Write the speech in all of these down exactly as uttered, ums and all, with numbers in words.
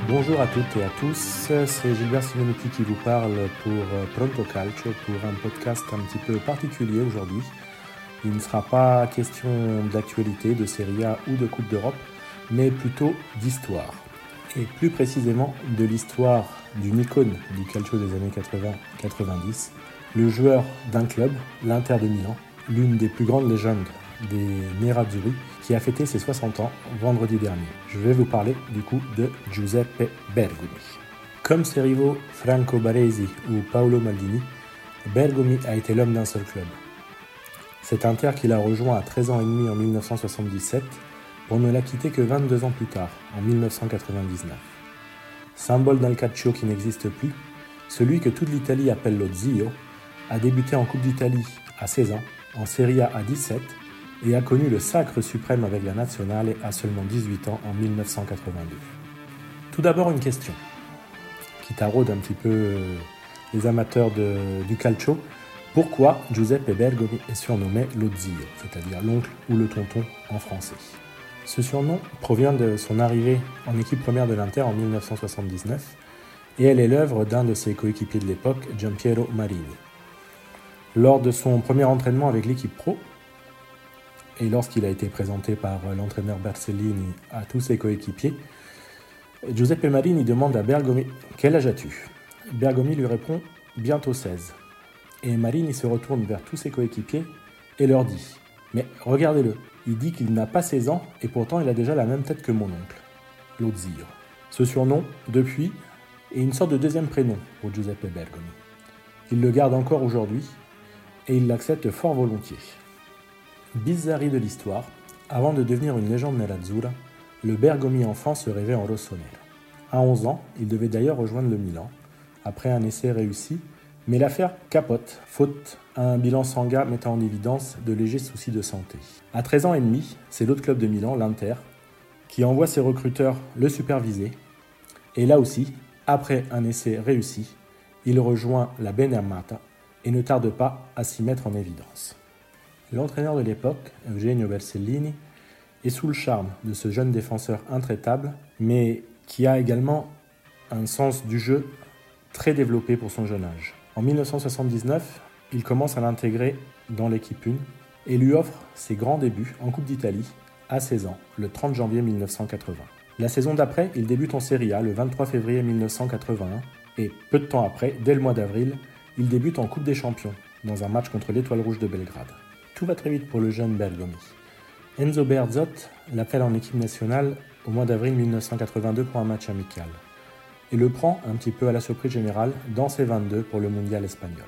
Bonjour à toutes et à tous, c'est Gilbert Simonetti qui vous parle pour Pronto Calcio, pour un podcast un petit peu particulier aujourd'hui. Il ne sera pas question d'actualité, de Serie A ou de Coupe d'Europe, mais plutôt d'histoire. Et plus précisément de l'histoire d'une icône du calcio des années quatre-vingts quatre-vingt-dix, le joueur d'un club, l'Inter de Milan, l'une des plus grandes légendes des Nerazzurri, qui a fêté ses soixante ans vendredi dernier. Je vais vous parler du coup de Giuseppe Bergomi. Comme ses rivaux Franco Baresi ou Paolo Maldini, Bergomi a été l'homme d'un seul club. C'est Inter qu'il a rejoint à treize ans et demi en dix-neuf cent soixante-dix-sept pour ne la quitter que vingt-deux ans plus tard, en dix-neuf cent quatre-vingt-dix-neuf. Symbole d'un calcio qui n'existe plus, celui que toute l'Italie appelle lo zio a débuté en Coupe d'Italie à seize ans, en Serie A à dix-sept et a connu le sacre suprême avec la Nazionale à seulement dix-huit ans en dix-neuf cent quatre-vingt-deux. Tout d'abord une question qui taraude un petit peu les amateurs de, du calcio. Pourquoi Giuseppe Bergomi est surnommé lo zio, c'est-à-dire l'oncle ou le tonton en français? Ce surnom provient de son arrivée en équipe première de l'Inter en dix-neuf cent soixante-dix-neuf et elle est l'œuvre d'un de ses coéquipiers de l'époque, Giampiero Marini. Lors de son premier entraînement avec l'équipe pro, et lorsqu'il a été présenté par l'entraîneur Bersellini à tous ses coéquipiers, Giuseppe Marini demande à Bergomi « Quel âge as-tu » Bergomi lui répond « Bientôt seize ». Et Marini se retourne vers tous ses coéquipiers et leur dit « Mais regardez-le, il dit qu'il n'a pas seize ans et pourtant il a déjà la même tête que mon oncle, lo zio ». Ce surnom, depuis, est une sorte de deuxième prénom pour Giuseppe Bergomi. Il le garde encore aujourd'hui et il l'accepte fort volontiers. Bizarrerie de l'histoire, avant de devenir une légende nerazzurra, le Bergomi enfant se rêvait en rossonero. À onze ans, il devait d'ailleurs rejoindre le Milan, après un essai réussi, mais l'affaire capote, faute à un bilan sanguin mettant en évidence de légers soucis de santé. À treize ans et demi, c'est l'autre club de Milan, l'Inter, qui envoie ses recruteurs le superviser, et là aussi, après un essai réussi, il rejoint la Benarmata et ne tarde pas à s'y mettre en évidence. L'entraîneur de l'époque, Eugenio Bersellini, est sous le charme de ce jeune défenseur intraitable, mais qui a également un sens du jeu très développé pour son jeune âge. En dix-neuf cent soixante-dix-neuf, il commence à l'intégrer dans l'équipe un et lui offre ses grands débuts en Coupe d'Italie à seize ans, le trente janvier dix-neuf cent quatre-vingts. La saison d'après, il débute en Serie A le vingt-trois février dix-neuf cent quatre-vingt-un et peu de temps après, dès le mois d'avril, il débute en Coupe des Champions dans un match contre l'Étoile Rouge de Belgrade. Tout va très vite pour le jeune Bergomi. Enzo Bearzot l'appelle en équipe nationale au mois d'avril dix-neuf cent quatre-vingt-deux pour un match amical et le prend un petit peu à la surprise générale dans ses vingt-deux pour le mondial espagnol.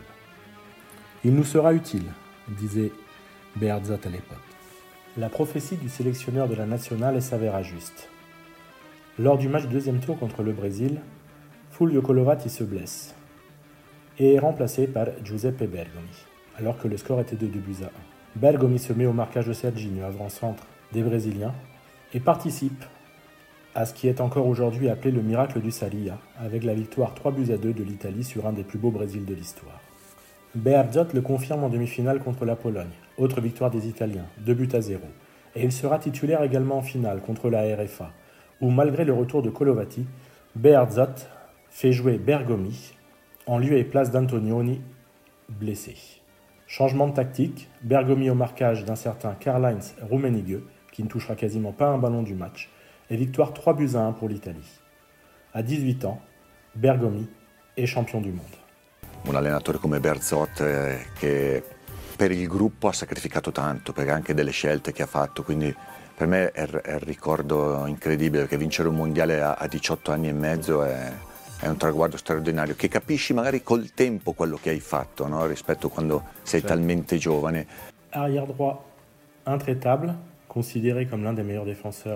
Il nous sera utile, disait Bearzot à l'époque. La prophétie du sélectionneur de la nationale s'avéra juste. Lors du match deuxième tour contre le Brésil, Fulvio Colovati se blesse et est remplacé par Giuseppe Bergomi, alors que le score était de deux buts à un. Bergomi se met au marquage de Serginho, avant-centre des Brésiliens, et participe à ce qui est encore aujourd'hui appelé le miracle du Salia, avec la victoire trois buts à deux de l'Italie sur un des plus beaux Brésils de l'histoire. Bearzot le confirme en demi-finale contre la Pologne, autre victoire des Italiens, deux buts à zéro, et il sera titulaire également en finale contre la R F A, où malgré le retour de Colovati, Bearzot fait jouer Bergomi en lieu et place d'Antonioni, blessé. Changement de tactique, Bergomi au marquage d'un certain Karl-Heinz Rummenigge, qui ne touchera quasiment pas un ballon du match, et victoire trois buts à un pour l'Italie. À dix-huit ans, Bergomi est champion du monde. Un allenatore come Bearzot eh, che per il gruppo ha sacrificato tanto, perché anche delle scelte che ha fatto, quindi per me è, è un ricordo incredibile, perché vincere un mondiale a, a diciotto anni e mezzo è... È un traguardo straordinario, che capisci magari col tempo quello che hai fatto, no? Rispetto a quando sei certo. Talmente giovane. Arrière droit intraitable, considéré comme l'un des meilleurs défenseurs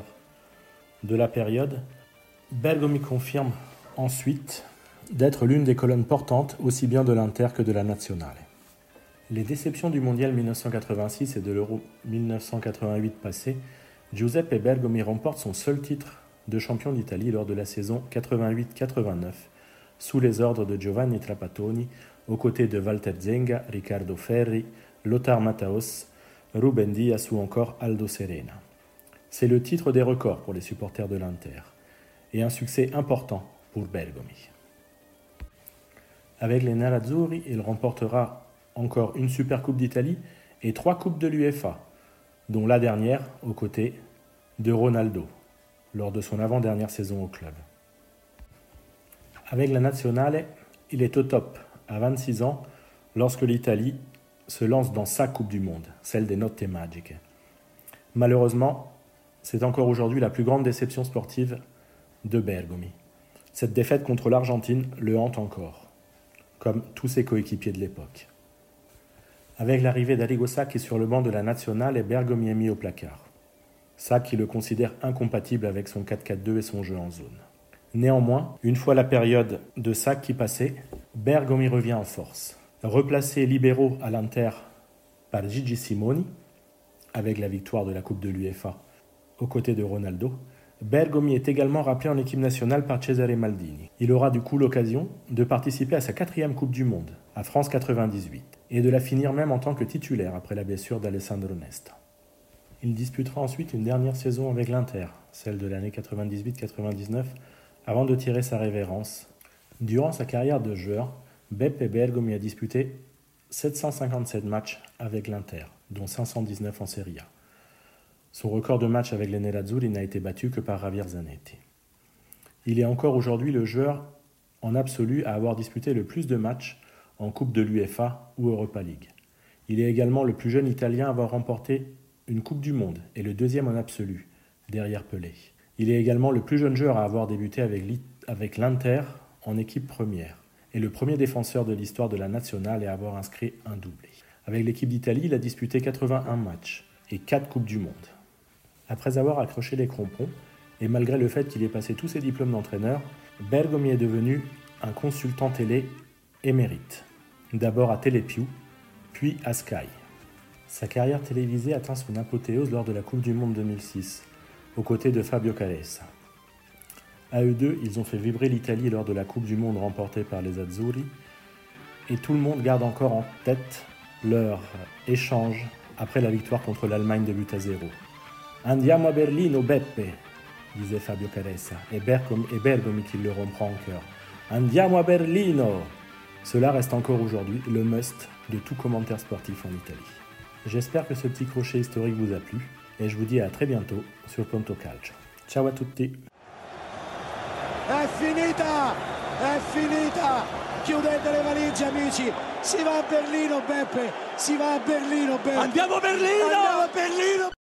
de la période, Bergomi confirme ensuite d'être l'une des colonnes portantes aussi bien de l'Inter que de la Nazionale. Les déceptions du mondial dix-neuf cent quatre-vingt-six et de l'Euro dix-neuf cent quatre-vingt-huit passé, Giuseppe Bergomi remporte son seul titre de champion d'Italie lors de la saison quatre-vingt-huit quatre-vingt-neuf, sous les ordres de Giovanni Trapattoni, aux côtés de Walter Zenga, Riccardo Ferri, Lothar Matthäus, Ruben Dias ou encore Aldo Serena. C'est le titre des records pour les supporters de l'Inter. et un succès important pour Bergomi. Avec les Nerazzurri, il remportera encore une Supercoupe d'Italie et trois Coupes de l'UEFA, dont la dernière aux côtés de Ronaldo, lors de son avant-dernière saison au club. Avec la Nazionale, il est au top à vingt-six ans lorsque l'Italie se lance dans sa Coupe du Monde, celle des Notte Magiche. Malheureusement, c'est encore aujourd'hui la plus grande déception sportive de Bergomi. Cette défaite contre l'Argentine le hante encore, comme tous ses coéquipiers de l'époque. Avec l'arrivée d'Arrigo Sacchi sur le banc de la Nazionale, Bergomi est mis au placard. Sacchi le considère incompatible avec son quatre quatre deux et son jeu en zone. Néanmoins, une fois la période de Sacchi passée, Bergomi revient en force. Replacé libéraux à l'Inter par Gigi Simoni, avec la victoire de la Coupe de l'UEFA aux côtés de Ronaldo, Bergomi est également rappelé en équipe nationale par Cesare Maldini. Il aura du coup l'occasion de participer à sa quatrième Coupe du Monde, à France quatre-vingt-dix-huit, et de la finir même en tant que titulaire après la blessure d'Alessandro Nesta. Il disputera ensuite une dernière saison avec l'Inter, celle de l'année quatre-vingt-dix-huit quatre-vingt-dix-neuf, avant de tirer sa révérence. Durant sa carrière de joueur, Beppe Bergomi a disputé sept cent cinquante-sept matchs avec l'Inter, dont cinq cent dix-neuf en Serie A. Son record de matchs avec les Nerazzurri n'a été battu que par Javier Zanetti. Il est encore aujourd'hui le joueur en absolu à avoir disputé le plus de matchs en Coupe de l'UEFA ou Europa League. Il est également le plus jeune Italien à avoir remporté une Coupe du Monde et le deuxième en absolu, derrière Pelé. Il est également le plus jeune joueur à avoir débuté avec l'Inter en équipe première et le premier défenseur de l'histoire de la Nazionale à avoir inscrit un doublé. Avec l'équipe d'Italie, il a disputé quatre-vingt-un matchs et quatre Coupes du Monde. Après avoir accroché les crampons, et malgré le fait qu'il ait passé tous ses diplômes d'entraîneur, Bergomi est devenu un consultant télé émérite. D'abord à Telepiù, puis à Sky. Sa carrière télévisée atteint son apothéose lors de la Coupe du Monde deux mille six, aux côtés de Fabio Caressa. À eux deux, ils ont fait vibrer l'Italie lors de la Coupe du Monde remportée par les Azzurri, et tout le monde garde encore en tête leur échange après la victoire contre l'Allemagne de but à zéro. « Andiamo a Berlino, Beppe !» disait Fabio Caressa, et Bergomi, et Bergomi qui le reprend en chœur. « Andiamo a Berlino !» Cela reste encore aujourd'hui le must de tout commentaire sportif en Italie. J'espère que ce petit crochet historique vous a plu, et je vous dis à très bientôt sur Pronto Calcio. Ciao a tutti! È finita! È finita! Chiudete le valigie, amici! Si va a Berlino, Beppe! Si va a Berlino, Beppe! Andiamo a Berlino! Andiamo a Berlino!